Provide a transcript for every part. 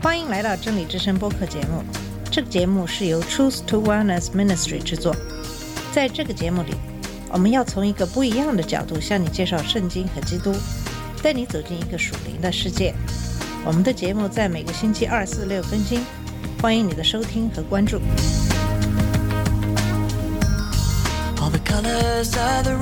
欢迎来到真理之声播客节目。这个节目是由 Truth to Wellness Ministry 制作。在这个节目里，我们要从一个不一样的角度向你介绍圣经和基督，带你走进一个属灵的世界。我们的节目在每个星期2、4、6更新，欢迎你的收听和关注。All the colors of the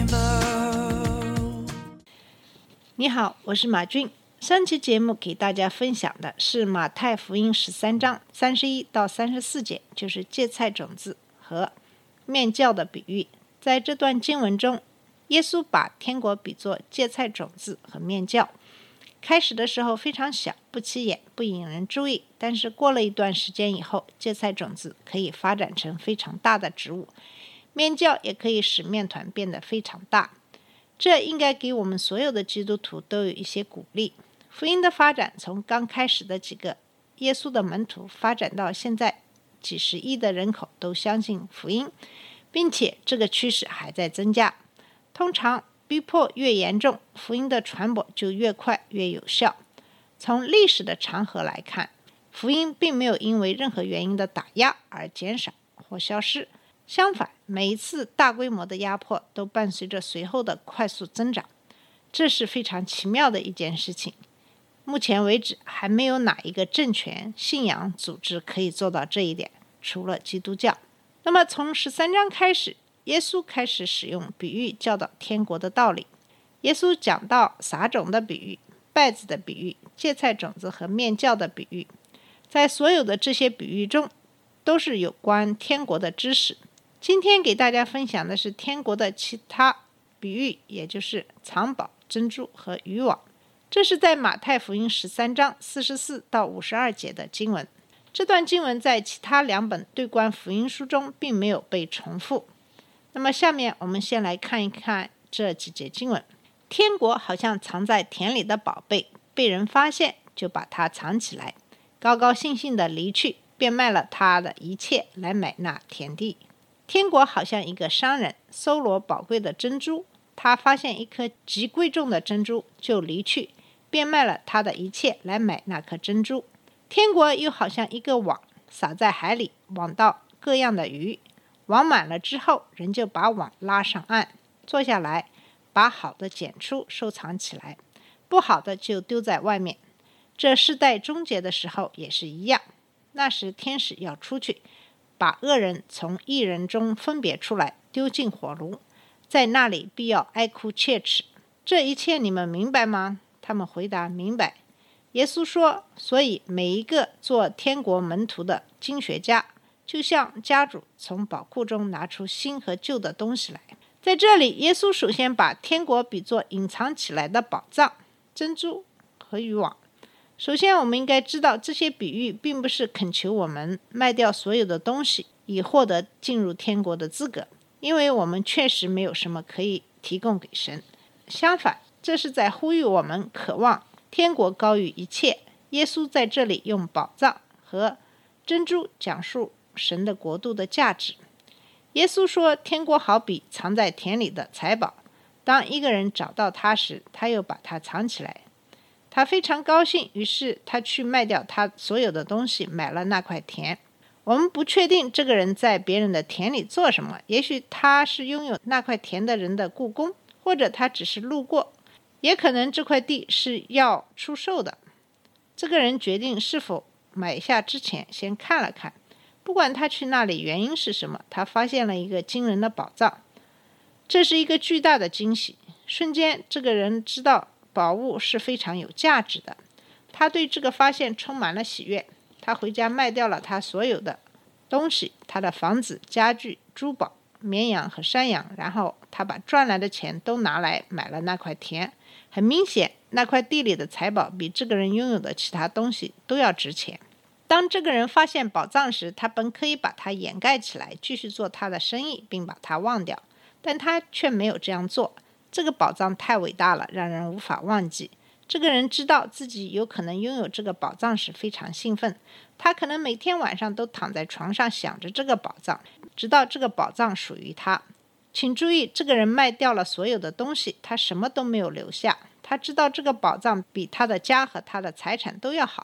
rainbow。 你好，我是马俊。上期节目给大家分享的是马太福音13章31到34节，就是芥菜种子和面酵的比喻。在这段经文中，耶稣把天国比作芥菜种子和面酵。开始的时候非常小，不起眼，不引人注意，但是过了一段时间以后，芥菜种子可以发展成非常大的植物，面酵也可以使面团变得非常大。这应该给我们所有的基督徒都有一些鼓励。福音的发展从刚开始的几个耶稣的门徒发展到现在几十亿的人口都相信福音，并且这个趋势还在增加。通常逼迫越严重，福音的传播就越快越有效。从历史的长河来看，福音并没有因为任何原因的打压而减少或消失，相反，每一次大规模的压迫都伴随着随后的快速增长，这是非常奇妙的一件事情。目前为止，还没有哪一个政权、信仰组织可以做到这一点，除了基督教。那么从13章开始，耶稣开始使用比喻教导天国的道理。耶稣讲到撒种的比喻、稗子的比喻、芥菜种子和面酵的比喻。在所有的这些比喻中，都是有关天国的知识。今天给大家分享的是天国的其他比喻，也就是藏宝、珍珠和渔网。这是在马太福音13章44到52节的经文。这段经文在其他2本对观福音书中并没有被重复。那么下面我们先来看一看这几节经文。天国好像藏在田里的宝贝，被人发现就把它藏起来，高高兴兴地离去，变卖了他的一切来买那田地。天国好像一个商人搜罗宝贵的珍珠，他发现一颗极贵重的珍珠，就离去，变卖了他的一切来买那颗珍珠。天国又好像一个网，撒在海里，网到各样的鱼。网满了之后，人就把网拉上岸，坐下来，把好的捡出，收藏起来，不好的就丢在外面。这世代终结的时候也是一样。那时天使要出去，把恶人从义人中分别出来，丢进火炉，在那里必要哀哭切齿。这一切你们明白吗？他们回答明白。耶稣说，所以每一个做天国门徒的经学家，就像家主从宝库中拿出新和旧的东西来。在这里，耶稣首先把天国比作隐藏起来的宝藏、珍珠和渔网。首先我们应该知道，这些比喻并不是恳求我们卖掉所有的东西以获得进入天国的资格，因为我们确实没有什么可以提供给神。相反，这是在呼吁我们渴望天国高于一切。耶稣在这里用宝藏和珍珠讲述神的国度的价值。耶稣说，天国好比藏在田里的财宝，当一个人找到它时，他又把它藏起来。他非常高兴，于是他去卖掉他所有的东西，买了那块田。我们不确定这个人在别人的田里做什么，也许他是拥有那块田的人的雇工，或者他只是路过，也可能这块地是要出售的。这个人决定是否买下之前先看了看，不管他去那里原因是什么，他发现了一个惊人的宝藏。这是一个巨大的惊喜，瞬间这个人知道宝物是非常有价值的。他对这个发现充满了喜悦，他回家卖掉了他所有的东西，他的房子、家具、珠宝、绵羊和山羊，然后他把赚来的钱都拿来买了那块田。很明显，那块地里的财宝比这个人拥有的其他东西都要值钱。当这个人发现宝藏时，他本可以把它掩盖起来，继续做他的生意，并把它忘掉，但他却没有这样做。这个宝藏太伟大了，让人无法忘记。这个人知道自己有可能拥有这个宝藏时非常兴奋，他可能每天晚上都躺在床上想着这个宝藏，直到这个宝藏属于他。请注意，这个人卖掉了所有的东西，他什么都没有留下。他知道这个宝藏比他的家和他的财产都要好。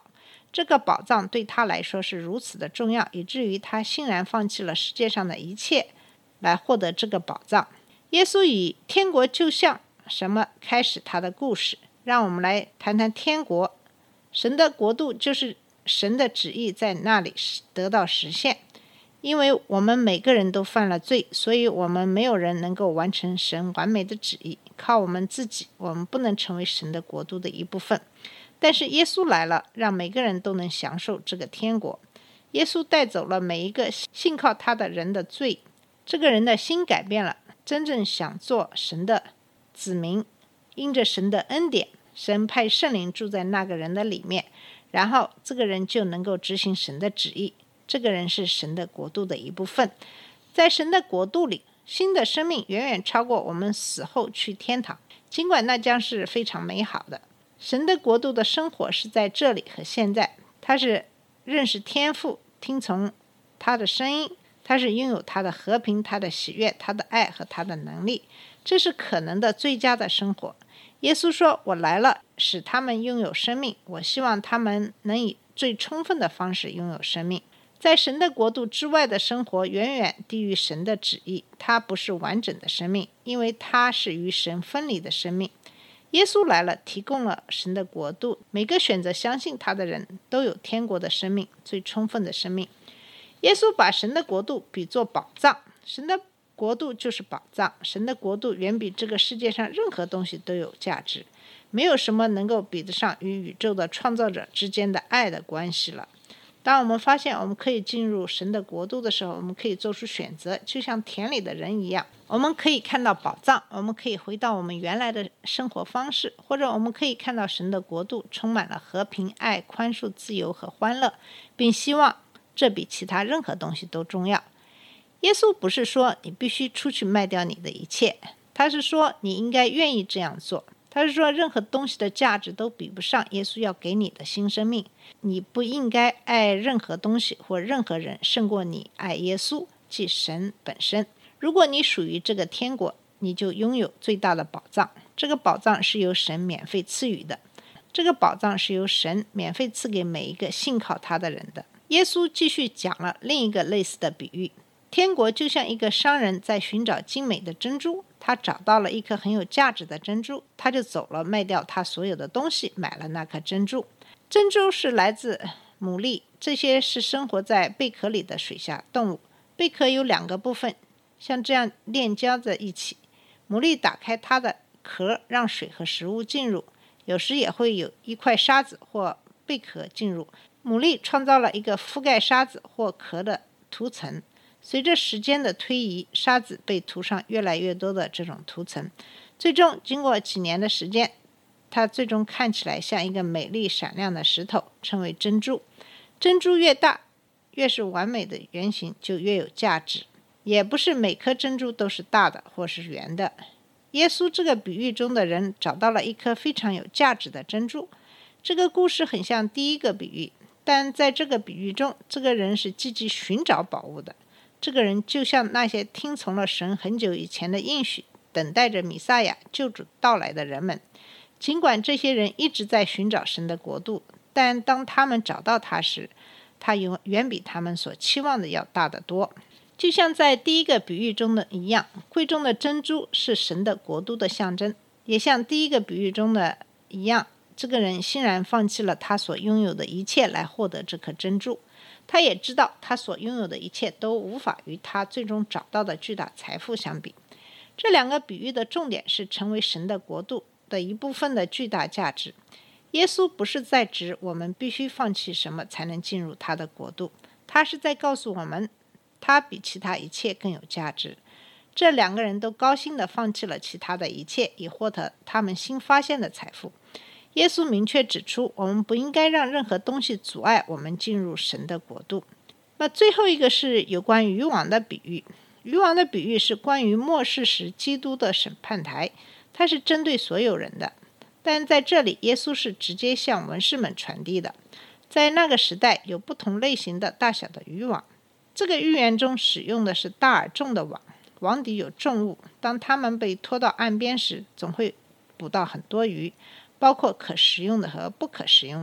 这个宝藏对他来说是如此的重要，以至于他欣然放弃了世界上的一切来获得这个宝藏。耶稣以天国就像什么开始他的故事，让我们来谈谈天国。神的国度就是神的旨意在那里得到实现。因为我们每个人都犯了罪，所以我们没有人能够完成神完美的旨意。靠我们自己，我们不能成为神的国度的一部分。但是耶稣来了，让每个人都能享受这个天国。耶稣带走了每一个信靠他的人的罪，这个人的心改变了，真正想做神的子民。因着神的恩典，神派圣灵住在那个人的里面，然后这个人就能够执行神的旨意。这个人是神的国度的一部分。在神的国度里，新的生命远远超过我们死后去天堂，尽管那将是非常美好的。神的国度的生活是在这里和现在，他是认识天父，听从他的声音，他是拥有他的和平，他的喜悦，他的爱和他的能力。这是可能的最佳的生活。耶稣说，我来了使他们拥有生命，我希望他们能以最充分的方式拥有生命。在神的国度之外的生活远远低于神的旨意，它不是完整的生命，因为它是与神分离的生命。耶稣来了，提供了神的国度，每个选择相信他的人都有天国的生命，最充分的生命。耶稣把神的国度比作宝藏，神的国度就是宝藏，神的国度远比这个世界上任何东西都有价值，没有什么能够比得上与宇宙的创造者之间的爱的关系了。当我们发现我们可以进入神的国度的时候，我们可以做出选择，就像田里的人一样。我们可以看到宝藏，我们可以回到我们原来的生活方式，或者我们可以看到神的国度充满了和平、爱、宽恕、自由和欢乐，并希望这比其他任何东西都重要。耶稣不是说你必须出去卖掉你的一切，他是说你应该愿意这样做。他是说任何东西的价值都比不上耶稣要给你的新生命。你不应该爱任何东西或任何人胜过你爱耶稣，即神本身。如果你属于这个天国，你就拥有最大的宝藏。这个宝藏是由神免费赐予的，这个宝藏是由神免费赐给每一个信靠他的人的。耶稣继续讲了另一个类似的比喻，天国就像一个商人在寻找精美的珍珠，他找到了一颗很有价值的珍珠，他就走了，卖掉他所有的东西，买了那颗珍珠。珍珠是来自牡蛎，这些是生活在贝壳里的水下动物。贝壳有2个部分，像这样链交在一起。牡蛎打开它的壳，让水和食物进入，有时也会有一块沙子或贝壳进入。牡蛎创造了一个覆盖沙子或壳的涂层，随着时间的推移，沙子被涂上越来越多的这种涂层，最终经过几年的时间，它最终看起来像一个美丽闪亮的石头，称为珍珠。珍珠越大，越是完美的圆形，就越有价值。也不是每颗珍珠都是大的或是圆的。耶稣这个比喻中的人找到了一颗非常有价值的珍珠。这个故事很像第一个比喻，但在这个比喻中，这个人是积极寻找宝物的。这个人就像那些听从了神很久以前的应许，等待着弥赛亚救主到来的人们。尽管这些人一直在寻找神的国度，但当他们找到他时，他远比他们所期望的要大得多。就像在第一个比喻中的一样，贵重的珍珠是神的国度的象征，也像第一个比喻中的一样，这个人欣然放弃了他所拥有的一切来获得这颗珍珠。他也知道他所拥有的一切都无法与他最终找到的巨大财富相比。这2个比喻的重点是成为神的国度的一部分的巨大价值。耶稣不是在指我们必须放弃什么才能进入他的国度，他是在告诉我们他比其他一切更有价值。这2个人都高兴地放弃了其他的一切，以获得他们新发现的财富。耶稣明确指出，我们不应该让任何东西阻碍我们进入神的国度。那最后一个是有关渔网的比喻。渔网的比喻是关于末世时基督的审判台，它是针对所有人的，但在这里耶稣是直接向文士们传递的。在那个时代有不同类型的大小的渔网，这个寓言中使用的是大而重的网，网底有重物，当它们被拖到岸边时，总会捕到很多鱼，包括可食用的和不可食用的。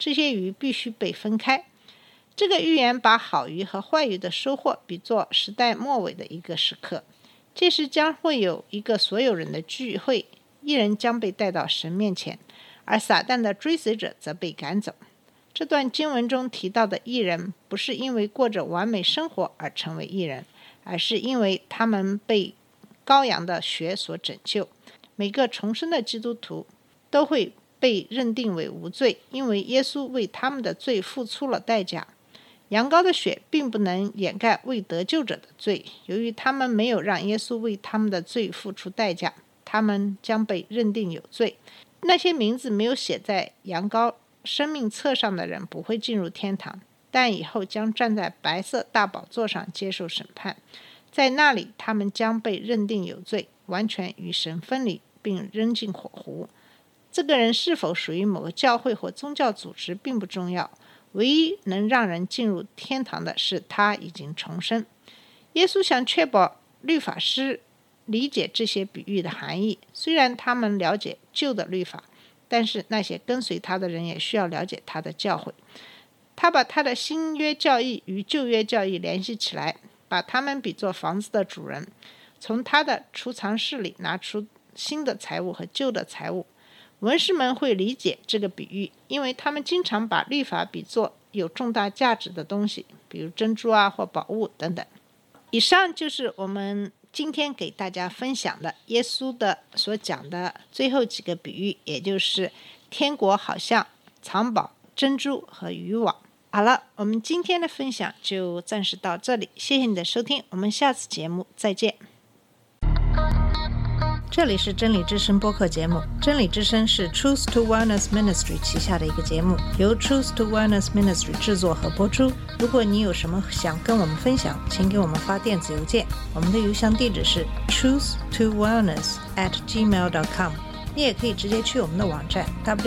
这些鱼必须被分开。这个预言把好鱼和坏鱼的收获比作时代末尾的一个时刻，这时将会有一个所有人的聚会，一人将被带到神面前，而撒旦的追随者则被赶走。这段经文中提到的义人，不是因为过着完美生活而成为义人，而是因为他们被羔羊的血所拯救。每个重生的基督徒都会被认定为无罪，因为耶稣为他们的罪付出了代价。羊羔的血并不能掩盖未得救者的罪，由于他们没有让耶稣为他们的罪付出代价，他们将被认定有罪。那些名字没有写在羊羔生命册上的人不会进入天堂，但以后将站在白色大宝座上接受审判，在那里他们将被认定有罪，完全与神分离，并扔进火湖。这个人是否属于某个教会或宗教组织并不重要，唯一能让人进入天堂的是他已经重生。耶稣想确保律法师理解这些比喻的含义，虽然他们了解旧的律法，但是那些跟随他的人也需要了解他的教诲。他把他的新约教义与旧约教义联系起来，把他们比作房子的主人，从他的储藏室里拿出新的财物和旧的财物。文士们会理解这个比喻，因为他们经常把律法比作有重大价值的东西，比如珍珠或宝物等等。以上就是我们今天给大家分享的耶稣的所讲的最后几个比喻，也就是天国好像藏宝、珍珠和渔网。好了，我们今天的分享就暂时到这里，谢谢你的收听，我们下次节目再见。这里是真理之声播客节目，真理之声是 Truth to Wellness Ministry 旗下的一个节目，由 Truth to Wellness Ministry 制作和播出。如果你有什么想跟我们分享，请给我们发电子邮件，我们的邮箱地址是 truthtowellness@gmail.com。 你也可以直接去我们的网站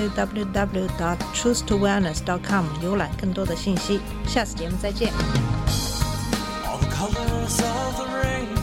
www.truthtowellness.com 浏览更多的信息。下次节目再见。All the colors of the rain